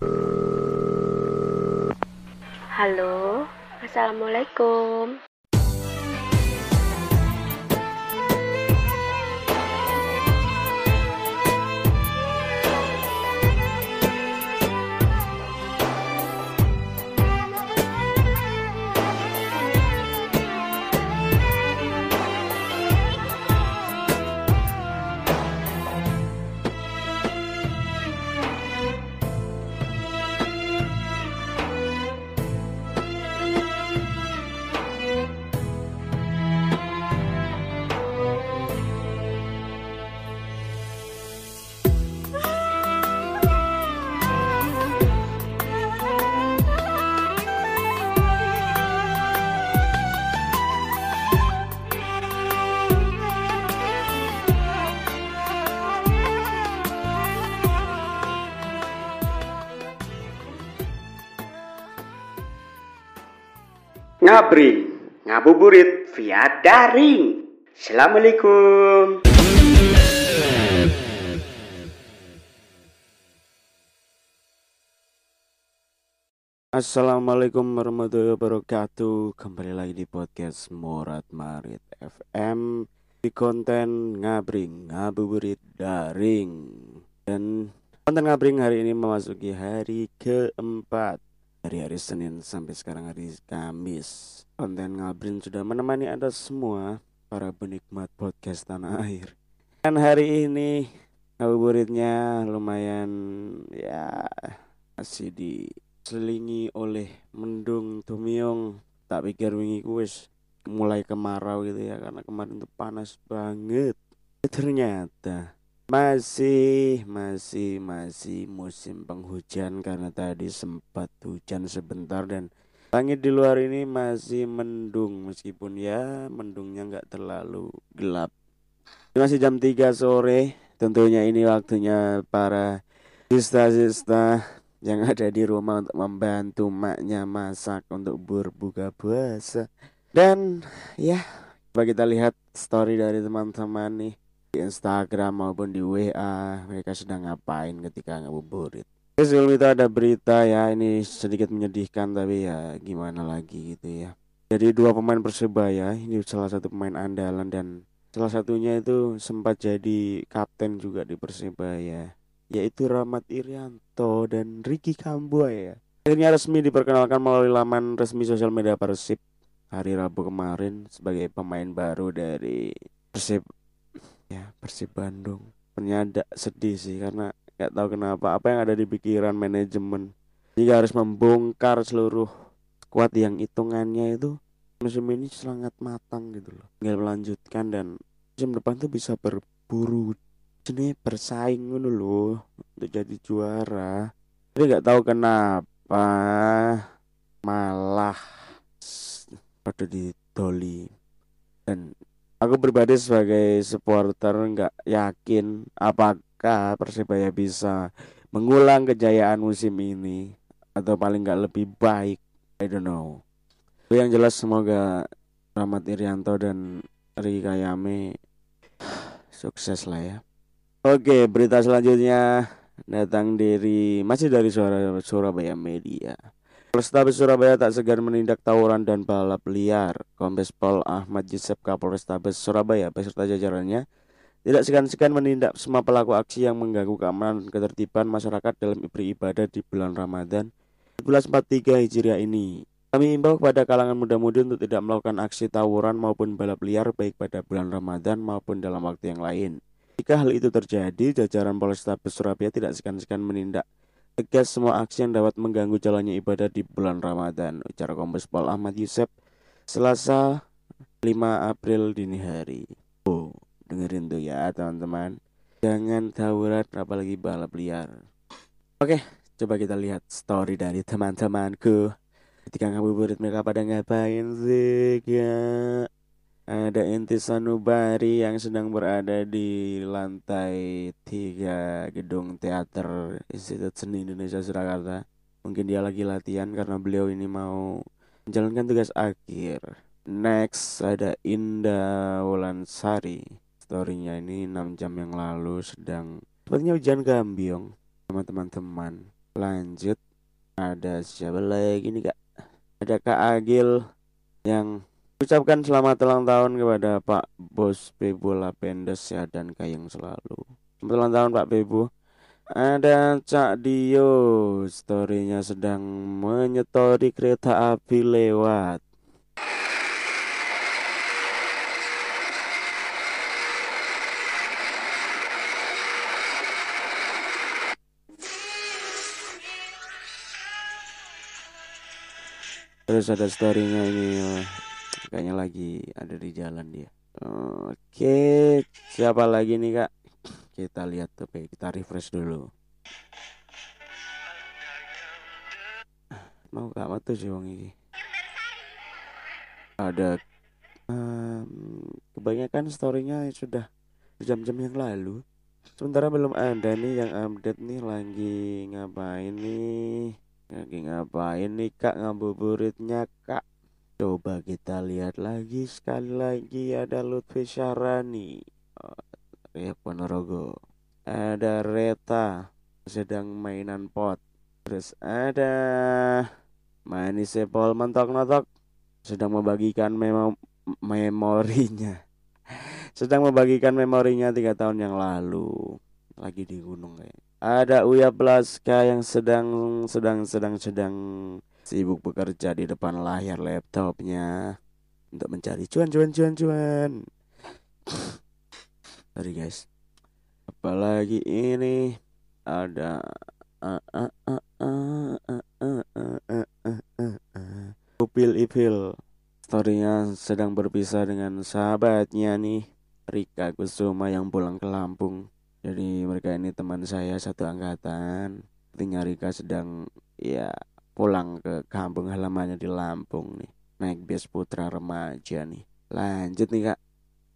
Halo, Assalamualaikum. Ngabring, ngabuburit via daring. Assalamualaikum. Assalamualaikum warahmatullahi wabarakatuh. Kembali lagi di podcast Morat Marit FM di konten ngabring, ngabuburit daring. Dan konten ngabring hari ini memasuki hari keempat. Dari hari Senin sampai sekarang hari Kamis, konten ngabrin sudah menemani Anda semua, para penikmat podcast tanah air. Dan hari ini ngabuburitnya lumayan ya masih diselingi oleh mendung tumiung. Tak pikir wingi kuis mulai kemarau gitu ya, karena kemarin tuh panas banget. Ternyata masih musim penghujan, karena tadi sempat hujan sebentar dan langit di luar ini masih mendung, meskipun ya mendungnya nggak terlalu gelap. Ini masih jam 3 sore, tentunya ini waktunya para sista-sista yang ada di rumah untuk membantu maknya masak untuk berbuka puasa. Dan ya, coba kita lihat story dari teman-teman nih di Instagram maupun di WA, mereka sedang ngapain ketika ngabuburit. Sebelum itu ada berita ya, ini sedikit menyedihkan tapi ya gimana lagi gitu ya. Jadi dua pemain Persebaya, ini salah satu pemain andalan dan salah satunya itu sempat jadi kapten juga di Persebaya, yaitu Rahmat Irianto dan Ricky Kambuaya. Akhirnya resmi diperkenalkan melalui laman resmi sosial media Persib hari Rabu kemarin sebagai pemain baru dari Persib Bandung. Ternyata sedih sih, karena gak tahu kenapa apa yang ada di pikiran manajemen jika harus membongkar seluruh skuad yang hitungannya itu musim ini sangat matang gitu loh. Tinggal melanjutkan dan musim depan tuh bisa berburu sini bersaing gitu loh untuk jadi juara. Tapi gak tahu kenapa malah pada didoli. Dan aku pribadi sebagai supporter nggak yakin apakah Persebaya bisa mengulang kejayaan musim ini atau paling nggak lebih baik. I don't know. Yang jelas semoga Rahmat Irianto dan Ricky Kayame sukses lah ya. Oke, berita selanjutnya datang masih dari Surabaya Media. Polrestabes Surabaya tak segan menindak tawuran dan balap liar. Kombes Pol Ahmad Yusef Kapolrestabes Surabaya beserta jajarannya tidak segan-segan menindak semua pelaku aksi yang mengganggu keamanan dan ketertiban masyarakat dalam beribadah di bulan Ramadan 1443 Hijriah ini. Kami imbau kepada kalangan muda-mudi untuk tidak melakukan aksi tawuran maupun balap liar baik pada bulan Ramadan maupun dalam waktu yang lain. Jika hal itu terjadi, jajaran Polrestabes Surabaya tidak segan-segan menindak tegas semua aksi yang dapat mengganggu jalannya ibadah di bulan Ramadan, ujar Kombes Pol Ahmad Yusef Selasa 5 April dini hari. Oh, dengerin tuh ya teman-teman, jangan tawuran apalagi balap liar. Oke, coba kita lihat story dari teman-temanku. Ketika ngabuburit mereka pada ngapain sih ya? Ada Inti Sanubari yang sedang berada di lantai 3 gedung teater Institut Seni Indonesia Surakarta. Mungkin dia lagi latihan karena beliau ini mau menjalankan tugas akhir. Next ada Indah Wulansari. Storynya ini 6 jam yang lalu sepertinya hujan gambiong sama teman-teman. Lanjut, ada siapa lagi nih kak? Ada Kak Agil yang ucapkan selamat ulang tahun kepada Pak Bos Bebo Lapendes ya dan Kayang selalu. Selamat ulang tahun Pak Bebo. Ada Cak Dio, storynya sedang menyetori kereta api lewat. Terus ada storynya ini, kayaknya lagi ada di jalan dia. Oke, siapa lagi nih kak? Kita lihat tuh, kita refresh dulu. Mau gak tuh sih wong ini? Ada kebanyakan storynya sudah jam-jam yang lalu. Sementara belum ada nih yang update nih, lagi ngapain nih? Lagi ngapain nih kak ngabuburitnya kak? Coba kita lihat lagi sekali lagi, ada Lutfi Syarani, Ponorogo. Ada Reta sedang mainan pot. Terus ada Manis Sepol mentok-notok sedang membagikan memorinya. Sedang membagikan memorinya 3 tahun yang lalu. Lagi di gunung kayak. Ada Uya Blaska yang sedang sibuk bekerja di depan layar laptopnya untuk mencari cuan. Sorry guys. Apalagi ini ada Upil Ipil, storynya sedang berpisah dengan sahabatnya nih, Rika Kusuma yang pulang ke Lampung. Jadi mereka ini teman saya satu angkatan. Artinya Rika sedang ya pulang ke kampung halamannya di Lampung nih, naik bis putra remaja nih. Lanjut nih kak.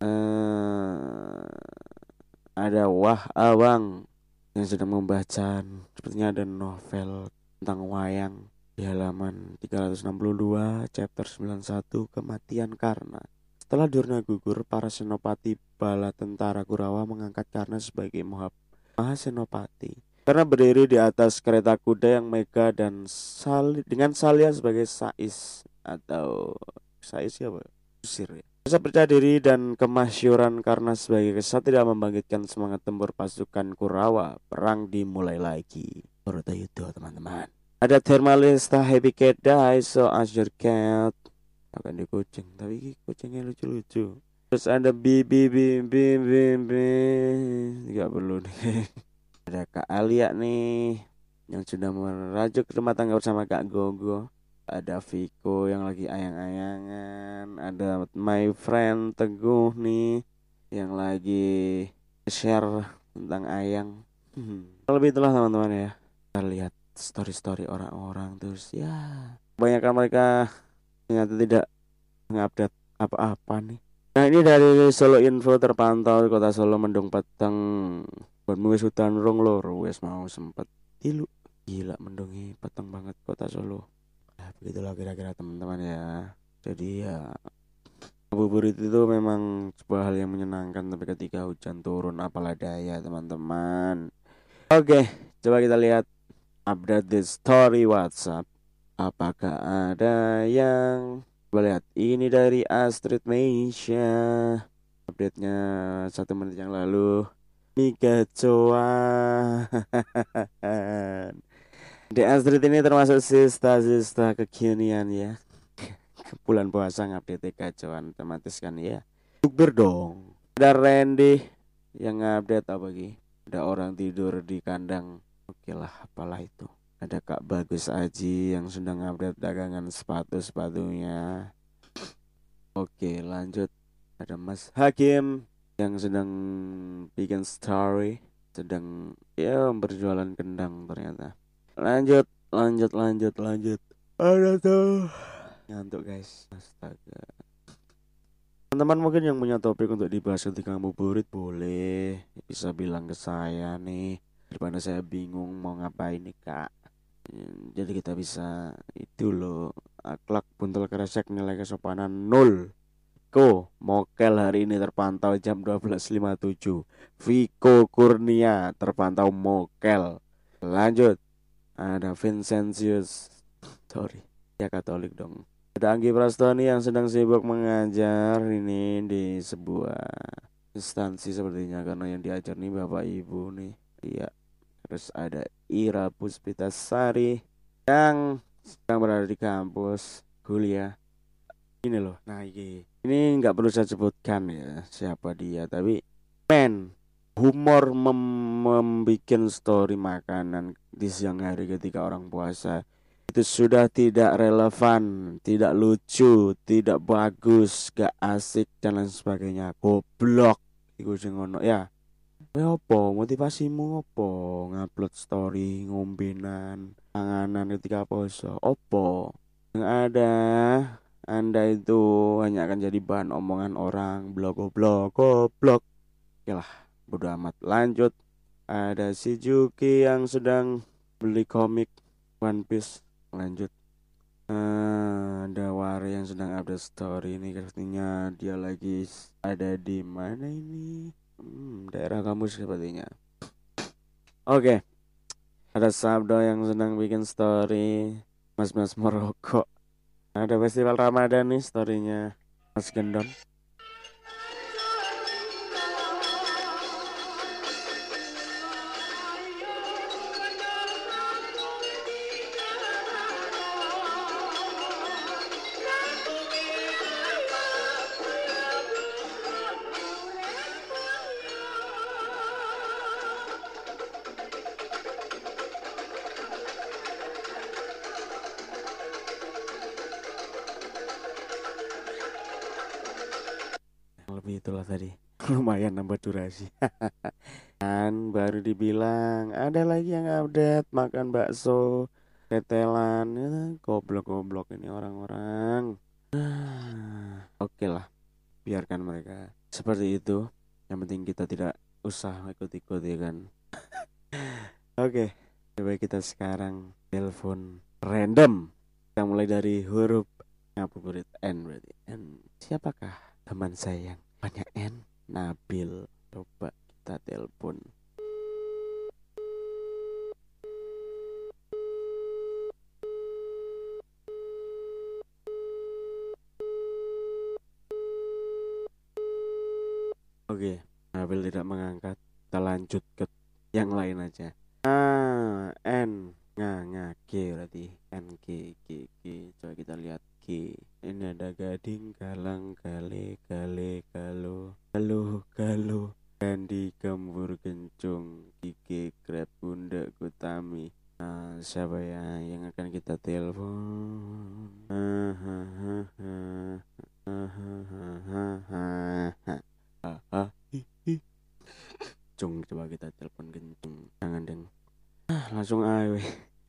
Ada Wah Awang yang sedang membaca, sepertinya ada novel tentang wayang di halaman 362 chapter 91, kematian Karna. Setelah Durna gugur, para senopati bala tentara Kurawa mengangkat Karna sebagai Mahasenopati. Karena berdiri di atas kereta kuda yang megah dan dengan Salya sebagai sais atau sais apa? Usir ya. Rasa percaya diri dan kemasyuran karena sebagai kesatria membangkitkan semangat tempur pasukan Kurawa. Perang dimulai lagi. Bharatayuddha teman-teman. Ada Thermalista Happy Cat Die So Azure Cat. Akan di kucing, tapi kucingnya lucu-lucu. Terus ada Bibi. Gak perlu nih. Ada Kak Alia nih yang sudah merajuk rumah tangga bersama Kak Gogo. Ada Viko yang lagi ayang-ayangan. Ada my friend Teguh nih yang lagi share tentang ayang. Lebih itulah teman-teman ya. Kita lihat story-story orang-orang terus ya. Kebanyakan mereka ternyata tidak mengupdate apa-apa nih. Nah ini dari Solo Info terpantau di kota Solo mendung peteng. Buat wis hutan rong lor wis mau sempet tilu. Gila mendungi peteng banget kota Solo. Nah, begitulah kira-kira teman-teman ya. Jadi ya ngabuburit itu memang sebuah hal yang menyenangkan, tapi ketika hujan turun apalah daya teman-teman. Oke, coba kita lihat update di story WhatsApp. Apakah ada yang coba lihat ini dari Astrid Meisha. Update-nya 1 menit yang lalu. Mika Coa. Di Astrid ini termasuk sista kekinian ya. Bulan puasa ngupdate kacauan otomatis kan ya. Bukber dong. Ada Randy yang ngupdate apa lagi? Ada orang tidur di kandang. Oke lah, apalah itu. Ada Kak Bagus Aji yang sedang ngupdate dagangan sepatunya. Oke, lanjut. Ada Mas Hakim yang sedang bikin story, sedang ya berjualan kendang ternyata. Lanjut. Ada tuh ngantuk guys, astaga. Teman-teman mungkin yang punya topik untuk dibahas ketika ngabuburit boleh bisa bilang ke saya nih, daripada saya bingung mau ngapain nih kak. Jadi kita bisa itu loh, akhlak buntel kresek nilai kesopanan 0. Mokel hari ini terpantau jam 12.57. Viko Kurnia terpantau mokel. Lanjut. ada Vincentius, sorry, ya Katolik dong. Ada Anggi Prastoni yang sedang sibuk mengajar ini di sebuah instansi sepertinya, karena yang diajar nih bapak ibu nih. Iya. Terus ada Ira Puspitasari yang sedang berada di kampus kuliah. Ini loh, nah ini nggak perlu saya sebutkan ya siapa dia, tapi humor membikin story makanan di siang hari ketika orang puasa itu sudah tidak relevan, tidak lucu, tidak bagus, gak asik dan lain sebagainya. Goblok iku sing ngono ya. Opo motivasimu opo ngupload story ngombenan panganan ketika puasa opo? Yang ada Anda itu hanya akan jadi bahan omongan orang, blog goblok goblok. Oke lah, bodo amat. Lanjut. Ada si Juki yang sedang beli komik One Piece. Lanjut. Ada Wari yang sedang update story ini, artinya dia lagi ada di mana ini? Daerah kamu sepertinya. Oke. Ada Sabdo yang sedang bikin story Mas-mas merokok. Ada festival Ramadan nih storynya Mas Gendon. Lebih itulah tadi. Lumayan nambah durasi. Kan baru dibilang ada lagi yang update makan bakso tetelan ya, goblok-goblok ini orang-orang. Oke lah, biarkan mereka seperti itu. Yang penting kita tidak usah ikut-ikut ya kan. Oke, coba kita sekarang telepon random. Kita mulai dari huruf ngabuburit N berarti. N. Siapakah teman saya yang banyak N? Nabil. Coba kita telepon. Oke, Nabil tidak mengangkat. Kita lanjut ke yang lain aja. N G berarti N G. Coba kita lihat G. Ini ada gading, galang, gale, galuh, gandhi, gembur, gencung, gigi, grab, bunda, gutami. Nah, siapa ya yang akan kita telepon? Cung, coba kita telepon gencung. Jangan deng. Langsung aja.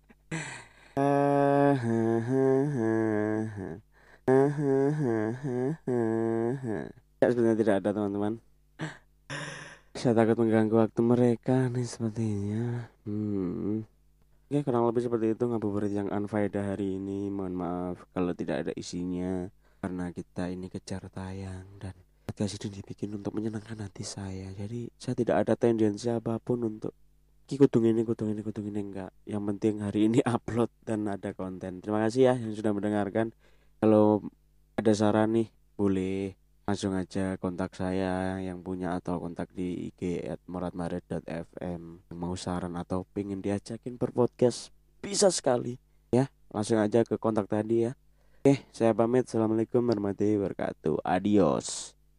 Ya, sebenarnya tidak ada teman-teman. Saya takut mengganggu waktu mereka nih sepertinya. Oke, kurang lebih seperti itu ngabuburit yang unfaedah hari ini. Mohon maaf kalau tidak ada isinya, karena kita ini kejar tayang dan podcast ini dibikin untuk menyenangkan hati saya. Jadi saya tidak ada tendensi apapun untuk kutung ini enggak. Yang penting hari ini upload dan ada konten. Terima kasih ya yang sudah mendengarkan. Kalau ada saran nih boleh langsung aja kontak saya yang punya atau kontak di IG @moratmarit.fm. Yang mau saran atau pengen diajakin per podcast bisa sekali ya. Langsung aja ke kontak tadi ya. Oke, saya pamit. Assalamualaikum warahmatullahi wabarakatuh. Adios.